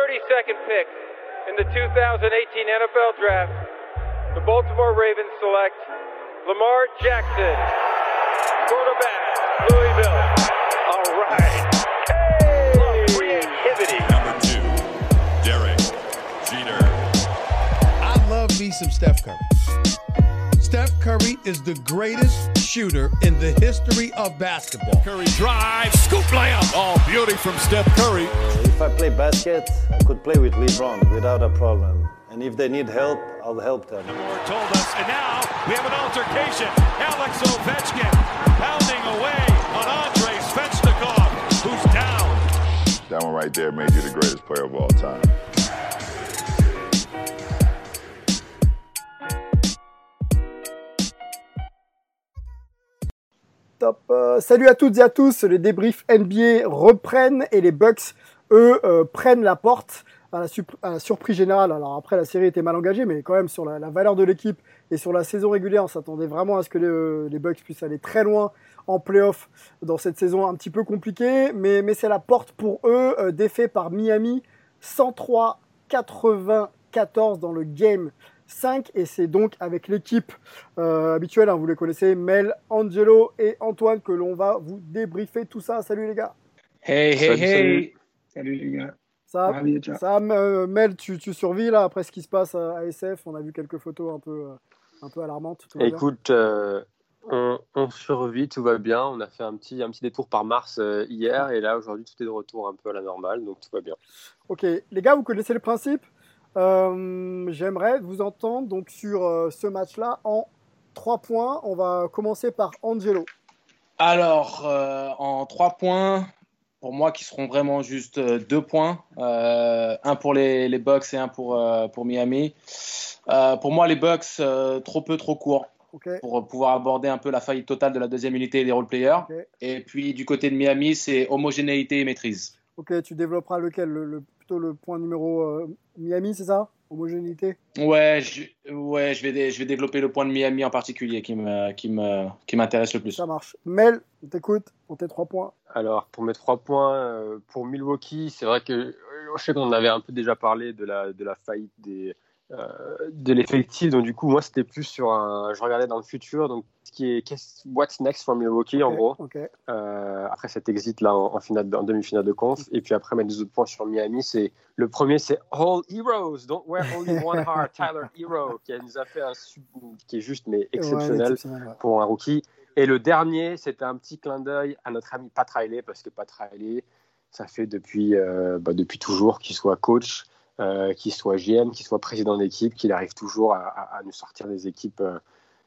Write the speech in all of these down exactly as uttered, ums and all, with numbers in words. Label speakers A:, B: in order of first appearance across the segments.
A: thirty-second pick in the two thousand eighteen N F L Draft, the Baltimore Ravens select Lamar Jackson, quarterback, Louisville. All right. Hey! Creativity.
B: Number two, Derek Jeter.
C: I love me some Steph Curry. Steph Curry is the greatest shooter in the history of basketball.
B: Curry drive, scoop layup. Oh, beauty from Steph Curry.
D: If I play basket, I could play with LeBron without a problem. And if they need help, I'll help them.
B: Moore told us, and now we have an altercation. Alex Ovechkin pounding away on Andrei Svechnikov, who's down.
E: That one right there made you the greatest player of all time.
F: Top. Euh, salut à toutes et à tous, les débriefs N B A reprennent et les Bucks, eux, euh, prennent la porte à la, sup- à la surprise générale. Alors après, la série était mal engagée, mais quand même sur la, la valeur de l'équipe et sur la saison régulière, on s'attendait vraiment à ce que les, les Bucks puissent aller très loin en play-off dans cette saison un petit peu compliquée, mais, mais c'est la porte pour eux, euh, défait par Miami, cent trois quatre-vingt-quatorze dans le game cinq, et c'est donc avec l'équipe euh, habituelle, hein, vous les connaissez, Mel, Angelo et Antoine, que l'on va vous débriefer tout ça. Salut les gars.
G: Hey, hey,
H: salut,
G: hey.
H: salut.
G: Salut les gars.
F: Ça,
G: Ravi d'être là.
F: ça euh, Mel, tu, tu survis là après ce qui se passe à S F. On a vu quelques photos un peu, euh, un peu alarmantes. Tout va bien.
H: Écoute, euh, on, on survit, tout va bien. On a fait un petit, un petit détour par Mars euh, hier, et là aujourd'hui tout est de retour un peu à la normale, donc tout va bien.
F: Ok, les gars, vous connaissez le principe. Euh, j'aimerais vous entendre donc sur euh, ce match-là en trois points. On va commencer par Angelo.
G: Alors, euh, en trois points, pour moi, qui seront vraiment juste euh, deux points. Euh, un pour les, les Bucks et un pour, euh, pour Miami. Euh, pour moi, les Bucks, euh, trop peu, trop court.
F: Okay.
G: Pour pouvoir aborder un peu la faillite totale de la deuxième unité et des role-players.
F: Okay.
G: Et puis, du côté de Miami, c'est homogénéité et maîtrise.
F: Ok, tu développeras lequel le, le, plutôt le point numéro euh, Miami, c'est ça? Homogénéité?
G: Ouais, je, ouais je, vais dé, je vais développer le point de Miami en particulier qui, me, qui, me, qui m'intéresse le plus.
F: Ça marche. Mel, on t'écoute pour tes trois points.
H: Alors, pour mes trois points, euh, pour Milwaukee, c'est vrai que euh, je sais qu'on avait un peu déjà parlé de la, de la faillite des, euh, de l'effectif. Donc, du coup, moi, c'était plus sur un. Je regardais dans le futur. Donc, ce qui est what's next for Milwaukee, okay, en gros.
F: Okay.
H: Euh, après cet exit là en, en, finale, en demi-finale de conf. Et puis après, mes deux autres points sur Miami, c'est le premier, c'est All Heroes, don't wear only one heart. Tyler Hero, qui nous a fait un sub, qui est juste mais exceptionnel, ouais, exceptionnel ouais. pour un rookie. Et le dernier, c'était un petit clin d'œil à notre ami Pat Riley, parce que Pat Riley, ça fait depuis, euh, bah, depuis toujours qu'il soit coach, euh, qu'il soit G M, qu'il soit président d'équipe, qu'il arrive toujours à, à, à nous sortir des équipes euh,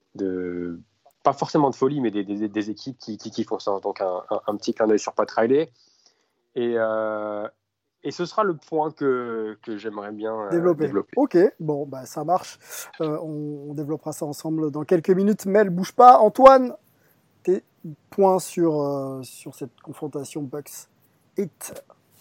H: de, pas forcément de folie, mais des, des, des équipes qui, qui, qui font ça. Donc un, un, un petit clin d'œil sur Pat Riley. Et, euh, et ce sera le point que, que j'aimerais bien euh, développer. développer.
F: Ok, bon, bah, ça marche. Euh, on, on développera ça ensemble dans quelques minutes. Mel, bouge pas. Antoine, tes points sur, euh, sur cette confrontation Bucks-Heat.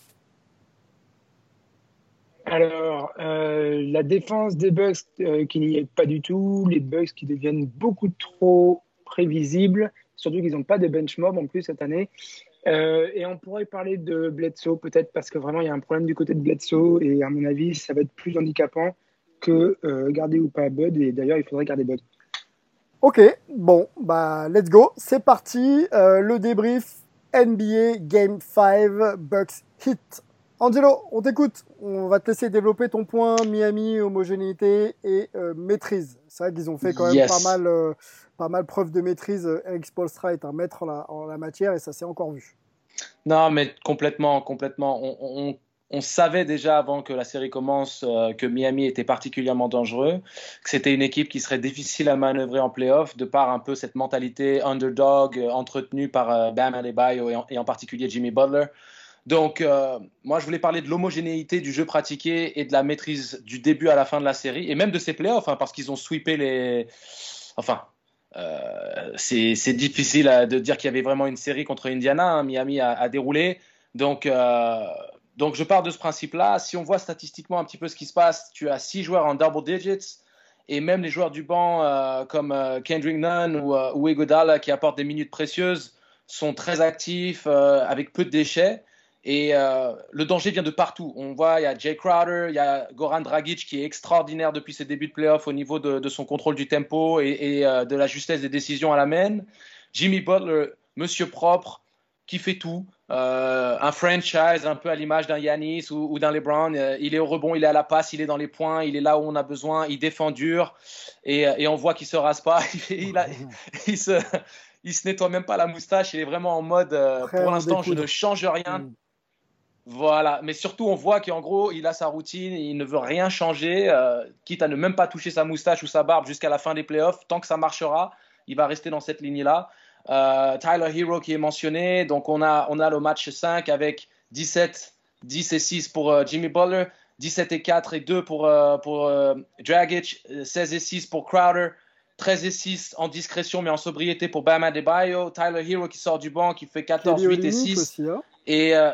I: Alors, euh, la défense des Bucks euh, qui n'y est pas du tout, les Bucks qui deviennent beaucoup trop prévisibles, surtout qu'ils n'ont pas de bench mob en plus cette année. Euh, et on pourrait parler de Bledsoe peut-être parce que vraiment il y a un problème du côté de Bledsoe et à mon avis ça va être plus handicapant que euh, garder ou pas Bud, et d'ailleurs il faudrait garder Bud.
F: Ok, bon, bah let's go, c'est parti, euh, le débrief N B A Game cinq Bucks Heat. Angelo, on t'écoute, on va te laisser développer ton point Miami, homogénéité et euh, maîtrise. C'est vrai qu'ils ont fait quand même yes. pas mal, euh, pas mal preuve de maîtrise. Eric Spoelstra est un maître en la, en la matière et ça s'est encore vu.
G: Non, mais complètement, complètement. On, on, on savait déjà avant que la série commence euh, que Miami était particulièrement dangereux, que c'était une équipe qui serait difficile à manœuvrer en play-off de par un peu cette mentalité underdog euh, entretenue par euh, Bam Adebayo et en, et en particulier Jimmy Butler. Donc, euh, moi, je voulais parler de l'homogénéité du jeu pratiqué et de la maîtrise du début à la fin de la série, et même de ces playoffs, hein, parce qu'ils ont sweepé les... Enfin, euh, c'est, c'est difficile à, de dire qu'il y avait vraiment une série contre Indiana. Hein. Miami a, a déroulé. Donc, euh, donc, je pars de ce principe-là. Si on voit statistiquement un petit peu ce qui se passe, tu as six joueurs en double digits, et même les joueurs du banc euh, comme euh, Kendrick Nunn ou, euh, ou Iguodala qui apportent des minutes précieuses sont très actifs, euh, avec peu de déchets. Et euh, le danger vient de partout. On voit, il y a Jay Crowder, il y a Goran Dragic qui est extraordinaire depuis ses débuts de playoff au niveau de, de son contrôle du tempo et, et euh, de la justesse des décisions à la main. Jimmy Butler, monsieur propre, qui fait tout. Euh, un franchise un peu à l'image d'un Giannis ou, ou d'un LeBron. Euh, il est au rebond, il est à la passe, il est dans les points, il est là où on a besoin, il défend dur et, et on voit qu'il se rase pas. il, a, il, se, il se nettoie même pas la moustache. Il est vraiment en mode euh, pour l'instant, je ne change rien. Mm. Voilà, mais surtout on voit qu'en gros il a sa routine, il ne veut rien changer, euh, quitte à ne même pas toucher sa moustache ou sa barbe jusqu'à la fin des playoffs. Tant que ça marchera, il va rester dans cette ligne-là. Euh, Tyler Hero qui est mentionné, donc on a, on a le match cinq avec dix-sept, dix et six pour euh, Jimmy Butler, dix-sept et quatre et deux pour, euh, pour euh, Dragic, seize et six pour Crowder, treize et six en discrétion mais en sobriété pour Bam Adebayo, Tyler Hero qui sort du banc qui fait quatorze, huit et six
F: aussi, hein.
G: et euh,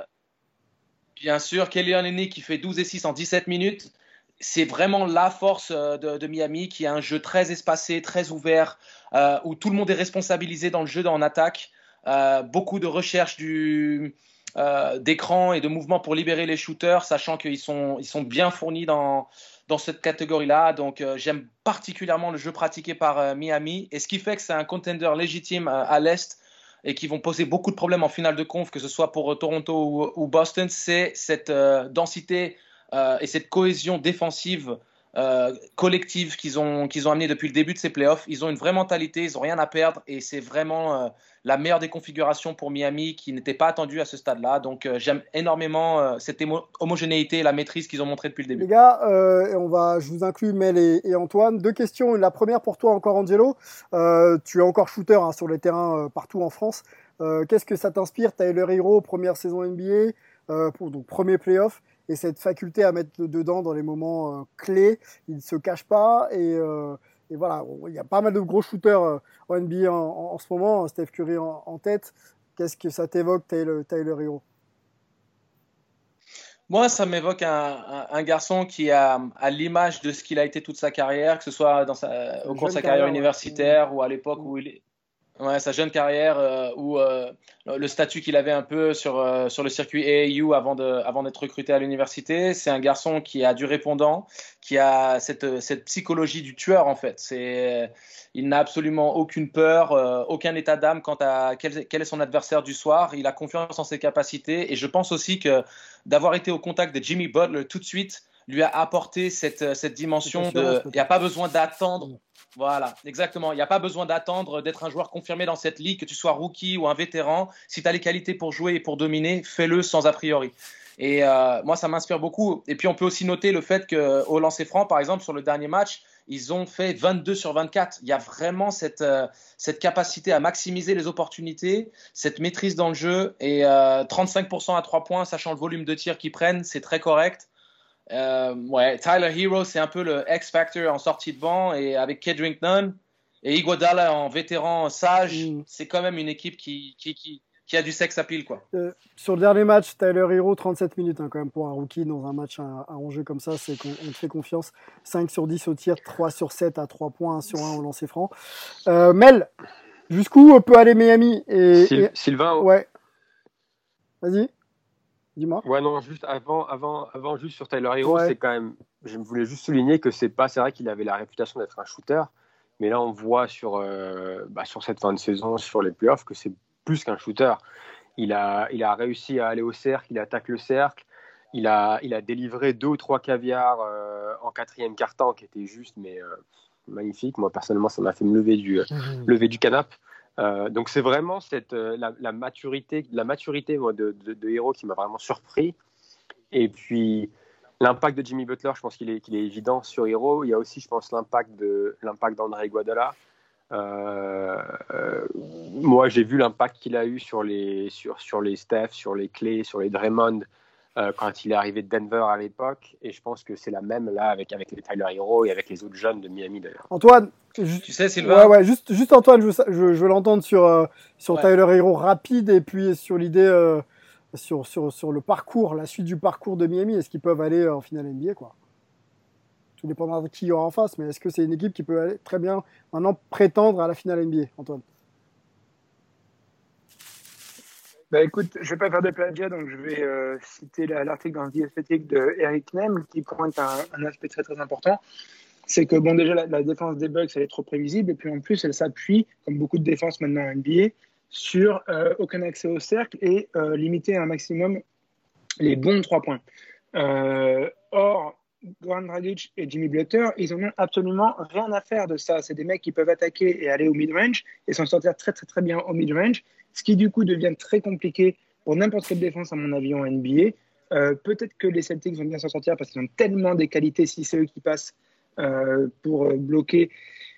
G: bien sûr Kelly Olynyk qui fait douze et six en dix-sept minutes. C'est vraiment la force de, de Miami qui a un jeu très espacé, très ouvert, euh, où tout le monde est responsabilisé dans le jeu en attaque. Euh, beaucoup de recherche du, euh, d'écran et de mouvements pour libérer les shooters, sachant qu'ils sont, ils sont bien fournis dans, dans cette catégorie-là. Donc euh, j'aime particulièrement le jeu pratiqué par euh, Miami. Et ce qui fait que c'est un contender légitime euh, à l'Est et qui vont poser beaucoup de problèmes en finale de conf, que ce soit pour euh, Toronto ou, ou Boston, c'est cette euh, densité Euh, et cette cohésion défensive euh, collective qu'ils ont, qu'ils ont amenée depuis le début de ces playoffs. Ils ont une vraie mentalité, ils n'ont rien à perdre et c'est vraiment euh, la meilleure des configurations pour Miami qui n'était pas attendue à ce stade-là. Donc euh, j'aime énormément euh, cette émo- homogénéité et la maîtrise qu'ils ont montrée depuis le début.
F: Les gars, euh, on va, je vous inclus Mel et, et Antoine. Deux questions. La première pour toi encore, Angelo. Euh, tu es encore shooter hein, sur les terrains euh, partout en France. Euh, qu'est-ce que ça t'inspire, Tyler Hero, première saison N B A, euh, pour, donc premier playoff, et cette faculté à mettre dedans dans les moments euh, clés, il ne se cache pas, et, euh, et voilà, il y a pas mal de gros shooters euh, en N B A en, en, en ce moment, Steph Curry en, en tête. Qu'est-ce que ça t'évoque, Tyler, Tyler Hero?
G: Moi, ça m'évoque un, un, un garçon qui a à l'image de ce qu'il a été toute sa carrière, que ce soit dans sa, au cours de sa carrière, carrière universitaire ouais. ou à l'époque mmh. où il est... Ouais, sa jeune carrière euh, ou euh, le statut qu'il avait un peu sur, euh, sur le circuit A A U avant, de, avant d'être recruté à l'université. C'est un garçon qui a du répondant, qui a cette, cette psychologie du tueur en fait. C'est, il n'a absolument aucune peur, euh, aucun état d'âme quant à quel, quel est son adversaire du soir. Il a confiance en ses capacités et je pense aussi que d'avoir été au contact de Jimmy Butler tout de suite lui a apporté cette, cette dimension de... Il n'y a pas besoin d'attendre... Voilà, exactement. Il n'y a pas besoin d'attendre d'être un joueur confirmé dans cette ligue, que tu sois rookie ou un vétéran. Si tu as les qualités pour jouer et pour dominer, fais-le sans a priori. Et euh, moi, ça m'inspire beaucoup. Et puis, on peut aussi noter le fait qu'au lancer franc, par exemple, sur le dernier match, ils ont fait vingt-deux sur vingt-quatre. Il y a vraiment cette, euh, cette capacité à maximiser les opportunités, cette maîtrise dans le jeu. Et euh, trente-cinq pour cent à trois points, sachant le volume de tirs qu'ils prennent, c'est très correct. Euh, ouais, Tyler Hero, c'est un peu le X-Factor en sortie de banc, et avec Kendrick Nunn et Iguodala en vétéran sage, mm. c'est quand même une équipe qui, qui, qui, qui a du sex appeal, quoi.
F: Euh, sur le dernier match, Tyler Hero, trente-sept minutes hein, quand même pour un rookie dans un match à, à enjeu comme ça, c'est qu'on on te fait confiance. cinq sur dix au tir, trois sur sept à trois points, un sur un au lancer franc. Euh, Mel, jusqu'où peut aller Miami et,
H: Syl-
F: et...
H: Sylvain,
F: ouais. Vas-y. Dis-moi.
H: Ouais, non, juste avant, avant, avant juste sur Tyler Hero,
F: ouais.
H: c'est quand même. Je voulais juste souligner que c'est pas. C'est vrai qu'il avait la réputation d'être un shooter, mais là, on voit sur, euh, bah, sur cette fin de saison, sur les playoffs, que c'est plus qu'un shooter. Il a, il a réussi à aller au cercle, il attaque le cercle, il a, il a délivré deux ou trois caviars euh, en quatrième quart-temps qui étaient juste, mais euh, magnifiques. Moi, personnellement, ça m'a fait me lever du, mmh. lever du canapé. Euh, donc c'est vraiment cette, euh, la, la maturité, la maturité moi, de, de, de Hero qui m'a vraiment surpris. Et puis l'impact de Jimmy Butler, je pense qu'il est, qu'il est évident sur Hero. Il y a aussi, je pense, l'impact, de, l'impact d'André Iguodala. Euh, euh, moi, j'ai vu l'impact qu'il a eu sur les, sur, sur les Steph, sur les Clay, sur les Draymond euh, quand il est arrivé de Denver à l'époque. Et je pense que c'est la même là avec, avec les Tyler Hero et avec les autres jeunes de Miami d'ailleurs.
F: Antoine,
G: Juste, tu sais, Sylvain. Ouais,
F: ouais, juste, juste Antoine, je veux, je, je veux l'entendre sur, euh, sur ouais. Tyler Hero rapide et puis sur l'idée, euh, sur, sur, sur le parcours, la suite du parcours de Miami. Est-ce qu'ils peuvent aller en finale N B A, quoi? Tout dépendra de qui il y aura en face, mais est-ce que c'est une équipe qui peut aller très bien maintenant prétendre à la finale N B A, Antoine?
I: Bah écoute, je vais pas faire de plagiat, donc je vais euh, citer la, l'article dans The Athletic de Eric Nem qui pointe un, un aspect très très important. C'est que bon déjà la, la défense des Bucks elle est trop prévisible et puis en plus elle s'appuie, comme beaucoup de défenses maintenant en N B A, sur euh, aucun accès au cercle et euh, limiter un maximum les bons trois points. Euh, or, Goran Dragic et Jimmy Butler, ils n'en ont absolument rien à faire de ça. C'est des mecs qui peuvent attaquer et aller au mid-range et s'en sortir très très très bien au mid-range, ce qui du coup devient très compliqué pour n'importe quelle défense à mon avis en N B A. Euh, peut-être que les Celtics vont bien s'en sortir parce qu'ils ont tellement des qualités si c'est eux qui passent euh, pour bloquer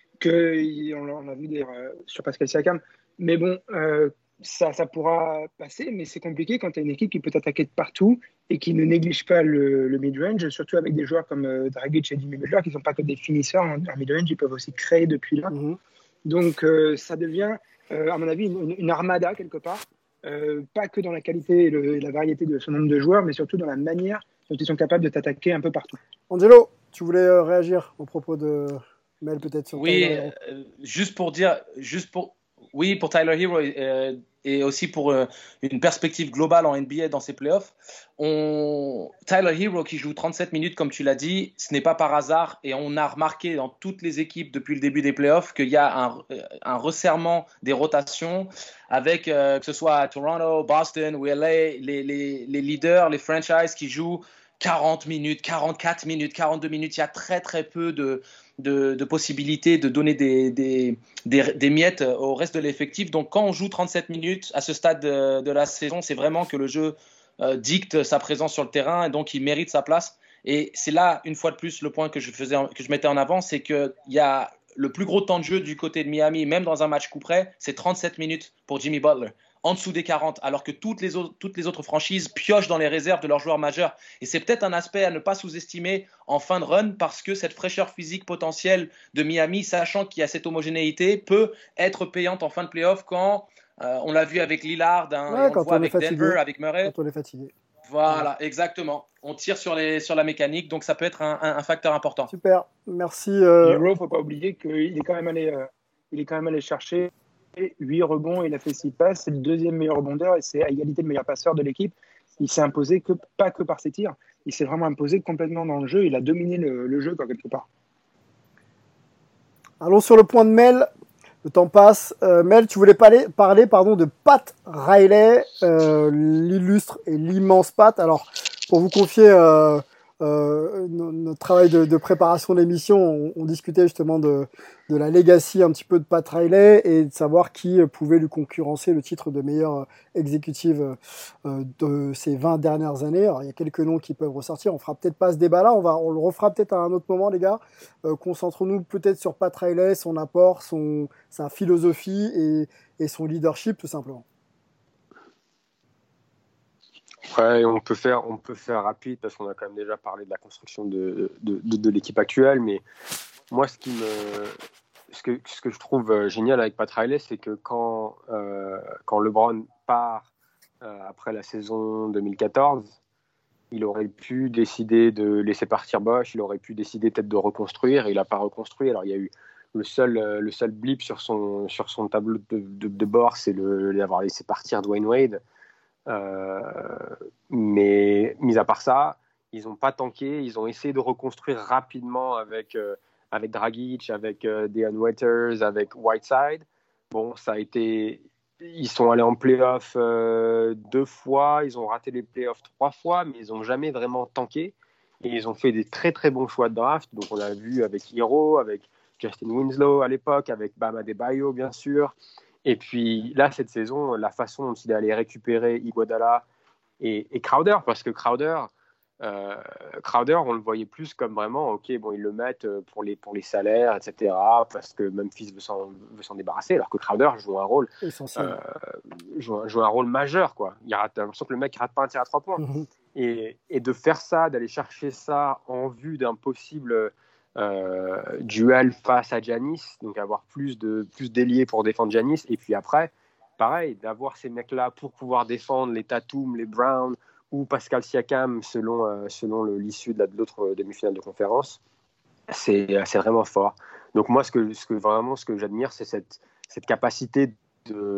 I: que on, on a vu d'ailleurs euh, sur Pascal Siakam. Mais bon, euh, ça, ça pourra passer, mais c'est compliqué quand tu as une équipe qui peut t'attaquer de partout et qui ne néglige pas le, le mid-range, surtout avec des joueurs comme euh, Dragic et Jimmy Butler qui ne sont pas que des finisseurs en, en mid-range, ils peuvent aussi créer depuis là. Mm-hmm. Donc euh, ça devient, euh, à mon avis, une, une armada quelque part, euh, pas que dans la qualité et, le, et la variété de ce nombre de joueurs, mais surtout dans la manière dont ils sont capables de t'attaquer un peu partout.
F: Angelo, tu voulais euh, réagir au propos de Mel peut-être sur
G: Oui, euh, juste pour dire, juste pour Oui, pour Tyler Hero euh, et aussi pour euh, une perspective globale en N B A dans ses playoffs. On... Tyler Hero qui joue trente-sept minutes, comme tu l'as dit, ce n'est pas par hasard. Et on a remarqué dans toutes les équipes depuis le début des playoffs qu'il y a un, un resserrement des rotations avec, euh, que ce soit à Toronto, Boston ou L A, les, les, les leaders, les franchises qui jouent quarante minutes, quarante-quatre minutes, quarante-deux minutes. Il y a très très peu de... De, de possibilités de donner des, des, des, des miettes au reste de l'effectif. Donc quand on joue trente-sept minutes à ce stade de, de la saison, c'est vraiment que le jeu euh, dicte sa présence sur le terrain et donc il mérite sa place. Et c'est là, une fois de plus, le point que je, faisais, que je mettais en avant, c'est qu'il y a le plus gros temps de jeu du côté de Miami, même dans un match coup près, c'est trente-sept minutes pour Jimmy Butler, en dessous des quarante, alors que toutes les, autres, toutes les autres franchises piochent dans les réserves de leurs joueurs majeurs. Et c'est peut-être un aspect à ne pas sous-estimer en fin de run, parce que cette fraîcheur physique potentielle de Miami, sachant qu'il y a cette homogénéité, peut être payante en fin de playoff quand euh, on l'a vu avec Lillard, hein,
F: ouais,
G: et on le voit avec fatigué, Denver, avec Murray.
F: Quand on est fatigué.
G: Voilà, ouais. Exactement. On tire sur, les, sur la mécanique, donc ça peut être un, un, un facteur important.
F: Super, merci. Euh...
I: Hero, il ne faut pas oublier qu'il est quand même allé, euh, il est quand même allé chercher huit rebonds, il a fait six passes, c'est le deuxième meilleur rebondeur et c'est à égalité le meilleur passeur de l'équipe. Il s'est imposé que, pas que par ses tirs, il s'est vraiment imposé complètement dans le jeu, il a dominé le, le jeu quoi, quelque part.
F: Allons sur le point de Mel, le temps passe. Euh, Mel, tu voulais parler, parler pardon, de Pat Riley, euh, l'illustre et l'immense Pat. Alors, pour vous confier euh, euh, notre travail de, de préparation de l'émission, on, on discutait justement de, de la legacy un petit peu de Pat Riley et de savoir qui pouvait lui concurrencer le titre de meilleur exécutive euh, de ces vingt dernières années. Alors, il y a quelques noms qui peuvent ressortir. On fera peut-être pas ce débat-là. On va, on le refera peut-être à un autre moment, les gars. Euh, concentrons-nous peut-être sur Pat Riley, son apport, son, sa philosophie et, et son leadership, tout simplement.
H: Ouais, on peut faire, on peut faire rapide parce qu'on a quand même déjà parlé de la construction de, de, de, de l'équipe actuelle. Mais moi, ce qui me, ce que, ce que je trouve génial avec Pat Riley, c'est que quand, euh, quand LeBron part euh, après la saison deux mille quatorze, il aurait pu décider de laisser partir Bosh, il aurait pu décider peut-être de reconstruire. Et il n'a pas reconstruit. Alors il y a eu le seul, le seul blip sur son, sur son tableau de, de, de bord, c'est le, d'avoir laissé partir Dwayne Wade. Euh, mais mis à part ça, ils n'ont pas tanké, ils ont essayé de reconstruire rapidement avec, euh, avec Dragic, avec euh, Dion Waiters, avec Whiteside. Bon, ça a été, ils sont allés en play-off euh, deux fois, ils ont raté les play-offs trois fois, mais ils n'ont jamais vraiment tanké et ils ont fait des très très bons choix de draft. Donc on l'a vu avec Hero, avec Justin Winslow à l'époque, avec Bam Adebayo bien sûr. Et puis là, cette saison, la façon dont il est allé récupérer Iguodala et, et Crowder, parce que Crowder, euh, Crowder, on le voyait plus comme vraiment, ok, bon, ils le mettent pour les, pour les salaires, et cetera, parce que Memphis veut s'en, veut s'en débarrasser, alors que Crowder joue un rôle, euh, joue, joue un rôle majeur, quoi. Il a l'impression que le mec ne rate pas un tir à trois points. Mm-hmm. Et, et de faire ça, d'aller chercher ça en vue d'un possible... Euh, duel face à Giannis, donc avoir plus de plus d'ailiers pour défendre Giannis, et puis après pareil, d'avoir ces mecs là pour pouvoir défendre les Tatum, les Brown ou Pascal Siakam selon, euh, selon le, l'issue de, la, de l'autre demi-finale de conférence, c'est, c'est vraiment fort. Donc moi ce que, ce que vraiment ce que j'admire, c'est cette, cette capacité de,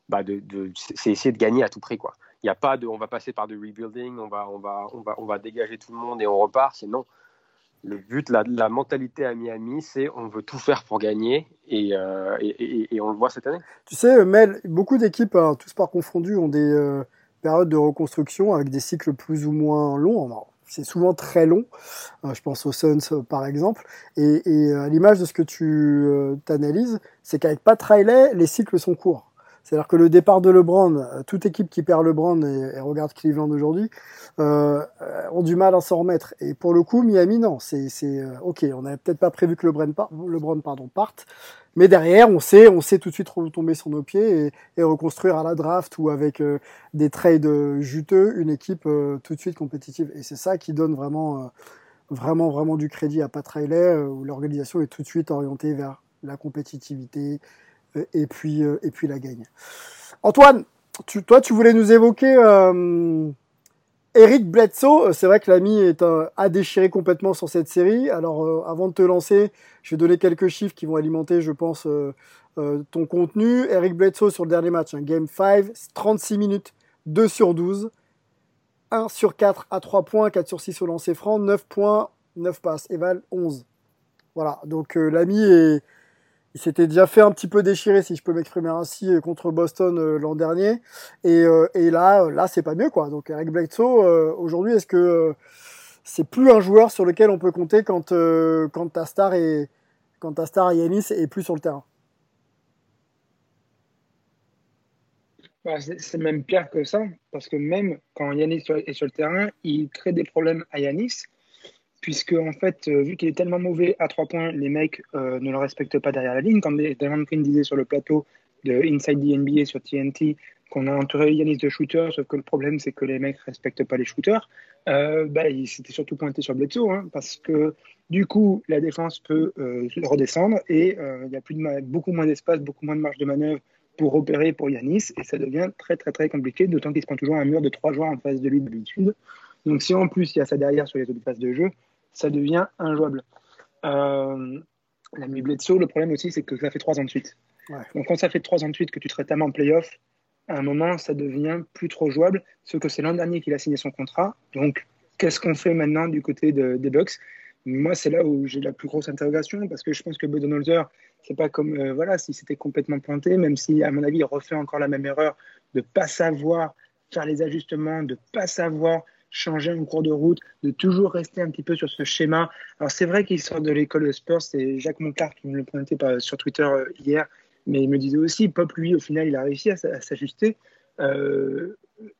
H: bah de, de, c'est essayer de gagner à tout prix, quoi. Il n'y a pas de, on va passer par du rebuilding, on va, on va, on va, on va dégager tout le monde et on repart. Sinon, le but, la, la mentalité à Miami, c'est on veut tout faire pour gagner et, euh, et, et, et on le voit cette année.
F: Tu sais, Mel, beaucoup d'équipes, hein, tous sports confondus, ont des euh, périodes de reconstruction avec des cycles plus ou moins longs. Alors, c'est souvent très long. Euh, je pense aux Suns, euh, par exemple. Et, et à l'image de ce que tu euh, t'analyses, c'est qu'avec Pat Riley, les cycles sont courts. C'est-à-dire que le départ de LeBron, toute équipe qui perd LeBron, et, et regarde Cleveland aujourd'hui, euh, ont du mal à s'en remettre. Et pour le coup, Miami, non. C'est, c'est euh, ok, on n'avait peut-être pas prévu que LeBron, par, LeBron pardon, parte, mais derrière, on sait, on sait tout de suite retomber sur nos pieds et, et reconstruire à la draft ou avec euh, des trades juteux une équipe euh, tout de suite compétitive. Et c'est ça qui donne vraiment, euh, vraiment, vraiment du crédit à Pat Riley, euh, où l'organisation est tout de suite orientée vers la compétitivité, et puis, euh, et puis la gagne. Antoine, tu, toi, tu voulais nous évoquer euh, Eric Bledsoe. C'est vrai que l'ami est, euh, a déchiré complètement sur cette série. Alors, euh, avant de te lancer, je vais donner quelques chiffres qui vont alimenter, je pense, euh, euh, ton contenu. Eric Bledsoe sur le dernier match, hein, Game cinq, trente-six minutes, deux sur douze, un sur quatre à trois points, quatre sur six au lancer franc, neuf points, neuf passes, Eval onze. Voilà, donc euh, l'ami est... Il s'était déjà fait un petit peu déchirer, si je peux m'exprimer ainsi, contre Boston euh, l'an dernier. Et, euh, et là, là, c'est pas mieux, quoi. Donc, Eric Bledsoe, euh, aujourd'hui, est-ce que euh, c'est plus un joueur sur lequel on peut compter quand, euh, quand ta star est, quand ta star Giannis est plus sur le terrain?
I: Bah, c'est, c'est même pire que ça, parce que même quand Giannis est sur le terrain, il crée des problèmes à Giannis. Puisque, en fait, euh, vu qu'il est tellement mauvais à trois points, les mecs euh, ne le respectent pas derrière la ligne. Comme Draymond Green disait sur le plateau de Inside the N B A sur T N T, qu'on a entouré Giannis de shooters, sauf que le problème, c'est que les mecs ne respectent pas les shooters. Euh, bah, il s'était surtout pointé sur Bledsoe, hein, parce que, du coup, la défense peut euh, redescendre et euh, il y a plus de ma- beaucoup moins d'espace, beaucoup moins de marge de manœuvre pour opérer pour Giannis, et ça devient très, très, très compliqué, d'autant qu'il se prend toujours un mur de trois joueurs en face de lui d'habitude. Donc, si en plus, il y a ça derrière sur les autres phases de jeu, ça devient injouable. Euh, L'ami Bledsoe, le problème aussi, c'est que ça fait trois ans de suite. Ouais. Donc, quand ça fait trois ans de suite que tu te rétames en play-off, à un moment, ça devient plus trop jouable. Sauf que c'est l'an dernier qu'il a signé son contrat. Donc, qu'est-ce qu'on fait maintenant du côté de, des Bucks? Moi, c'est là où j'ai la plus grosse interrogation, parce que je pense que Budenholzer, c'est pas comme euh, voilà, si c'était complètement pointé, même si, à mon avis, il refait encore la même erreur de ne pas savoir faire les ajustements, de ne pas savoir changer en cours de route, de toujours rester un petit peu sur ce schéma. Alors c'est vrai qu'il sort de l'école de Spurs, c'est Jacques Monclar qui me le pointait sur Twitter hier, mais il me disait aussi, Pop, lui, au final, il a réussi à, à s'ajuster. Euh,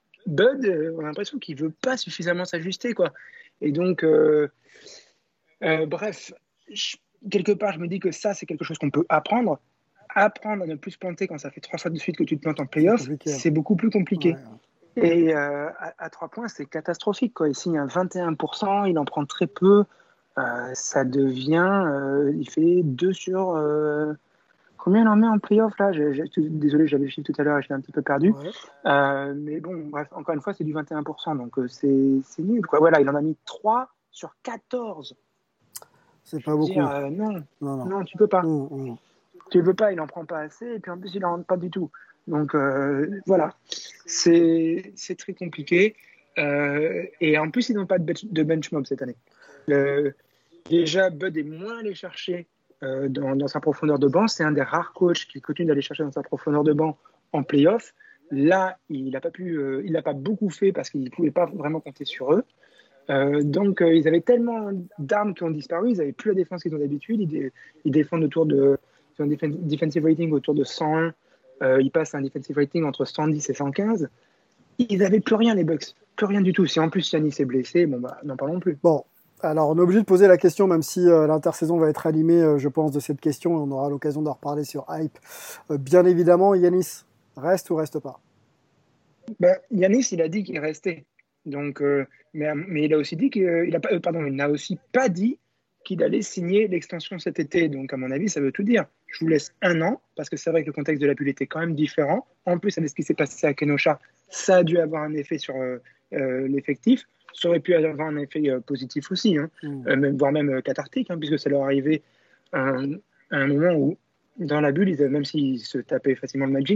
I: Bud, on a l'impression qu'il ne veut pas suffisamment s'ajuster, quoi. Et donc, euh, euh, bref, je, quelque part, je me dis que ça, c'est quelque chose qu'on peut apprendre. Apprendre à ne plus se planter quand ça fait trois fois de suite que tu te plantes en playoff, c'est beaucoup plus compliqué. Ouais. Et euh, à, à trois points, c'est catastrophique, quoi. Il signe à vingt et un pour cent, il en prend très peu. Euh, ça devient... Euh, il fait deux sur... Euh, combien il en met en play-off, là? j'ai, j'ai, Désolé, j'avais le chiffre tout à l'heure, j'étais un petit peu perdu. Ouais. Euh, mais bon, bref, encore une fois, c'est du vingt et un pour cent, donc euh, c'est, c'est nul, quoi. Voilà, il en a mis trois sur quatorze.
F: C'est pas beaucoup.
I: Dire, euh, non, non, non, non, tu peux pas. Mmh, mmh. Tu peux pas, il en prend pas assez, et puis en plus, il en rentre pas du tout. Donc euh, voilà, c'est, c'est très compliqué. Euh, et en plus, ils n'ont pas de bench, de bench mob cette année. Le, déjà, Bud est moins allé chercher euh, dans, dans sa profondeur de banc. C'est un des rares coachs qui continue d'aller chercher dans sa profondeur de banc en play-off. Là, il n'a pas pu, euh, il n'a pas beaucoup fait parce qu'il ne pouvait pas vraiment compter sur eux. Euh, donc, euh, ils avaient tellement d'armes qui ont disparu. Ils n'avaient plus la défense qu'ils ont d'habitude. Ils, dé, ils défendent autour de, ils ont un defensive rating autour de cent un. Euh, ils passent un defensive rating entre cent dix et cent quinze. Ils n'avaient plus rien, les Bucks. Plus rien du tout. Si en plus Giannis est blessé, bon, bah, n'en parlons plus.
F: Bon, alors on est obligé de poser la question, même si euh, l'intersaison va être animée, euh, je pense, de cette question. On aura l'occasion d'en reparler sur Hype. Euh, bien évidemment, Giannis reste ou reste pas?
I: bah, Giannis, il a dit qu'il restait. Donc, euh, mais, mais il a aussi dit qu'il a pas, euh, pardon, il n'a aussi pas dit qu'il allait signer l'extension cet été. Donc, à mon avis, ça veut tout dire. Je vous laisse un an, parce que c'est vrai que le contexte de la bulle était quand même différent. En plus, avec ce qui s'est passé à Kenosha, ça a dû avoir un effet sur euh, euh, l'effectif. Ça aurait pu avoir un effet euh, positif aussi, hein, mmh. euh, même, voire même euh, cathartique, hein, puisque ça leur arrivait à un, à un moment où, dans la bulle, ils, même s'ils se tapaient facilement le Magic,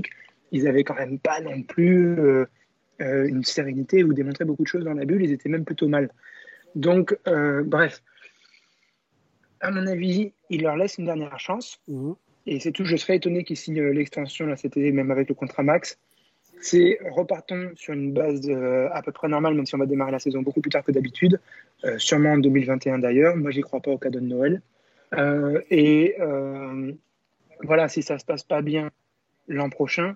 I: ils avaient quand même pas non plus euh, euh, une sérénité ou démontré beaucoup de choses dans la bulle, ils étaient même plutôt mal. Donc, euh, bref, à mon avis, il leur laisse une dernière chance. Mmh. Et c'est tout, je serais étonné qu'ils signent l'extension là, cet été, même avec le contrat max. C'est repartons sur une base euh, à peu près normale, même si on va démarrer la saison beaucoup plus tard que d'habitude, euh, sûrement en deux mille vingt et un d'ailleurs. Moi, j'y crois pas au cadeau de Noël. Euh, et euh, voilà, si ça se passe pas bien l'an prochain,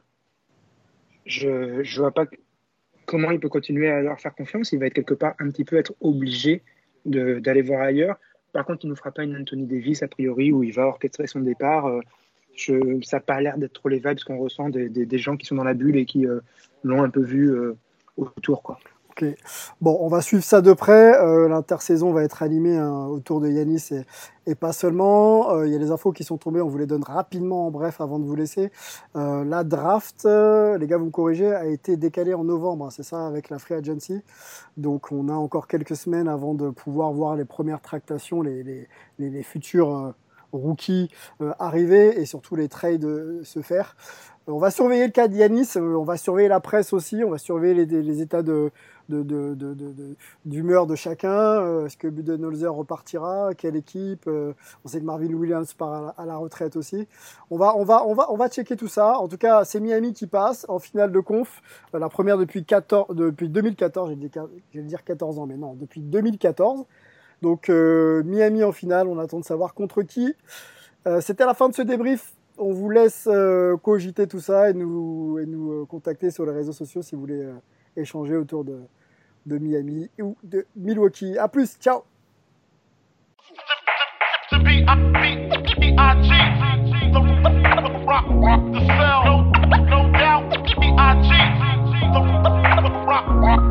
I: je je vois pas comment il peut continuer à leur faire confiance. Il va être quelque part un petit peu être obligé de, d'aller voir ailleurs. Par contre, il ne nous fera pas une Anthony Davis, a priori, où il va orchestrer son départ. Euh, je, ça n'a pas l'air d'être trop les vibes qu'on ressent des, des, des gens qui sont dans la bulle et qui euh, l'ont un peu vu euh, autour, quoi.
F: Ok. Bon, on va suivre ça de près. Euh, l'intersaison va être animée hein, autour de Giannis et, et pas seulement. Il euh, y a les infos qui sont tombées, on vous les donne rapidement en bref avant de vous laisser. Euh, la draft, euh, les gars, vous me corrigez, a été décalée en novembre, hein, c'est ça, avec la Free Agency. Donc on a encore quelques semaines avant de pouvoir voir les premières tractations, les, les, les, les futurs euh, rookies euh, arriver et surtout les trades euh, se faire. On va surveiller le cas de Giannis, on va surveiller la presse aussi, on va surveiller les, les états de, de, de, de, de, de, d'humeur de chacun. Est-ce que Budenholzer repartira? Quelle équipe? On sait que Marvin Williams part à la retraite aussi. On va, on va, on va, on va checker tout ça. En tout cas, c'est Miami qui passe en finale de conf. La première depuis, quatorze, depuis deux mille quatorze, j'ai dit, je vais dire quatorze ans, mais non, depuis deux mille quatorze. Donc euh, Miami en finale, on attend de savoir contre qui. Euh, c'était la fin de ce débrief. On vous laisse euh, cogiter tout ça et nous, et nous euh, contacter sur les réseaux sociaux si vous voulez euh, échanger autour de, de Miami ou de Milwaukee. À plus, ciao!
J: Rock the cell, no, no doubt, B I G, the rock, rock,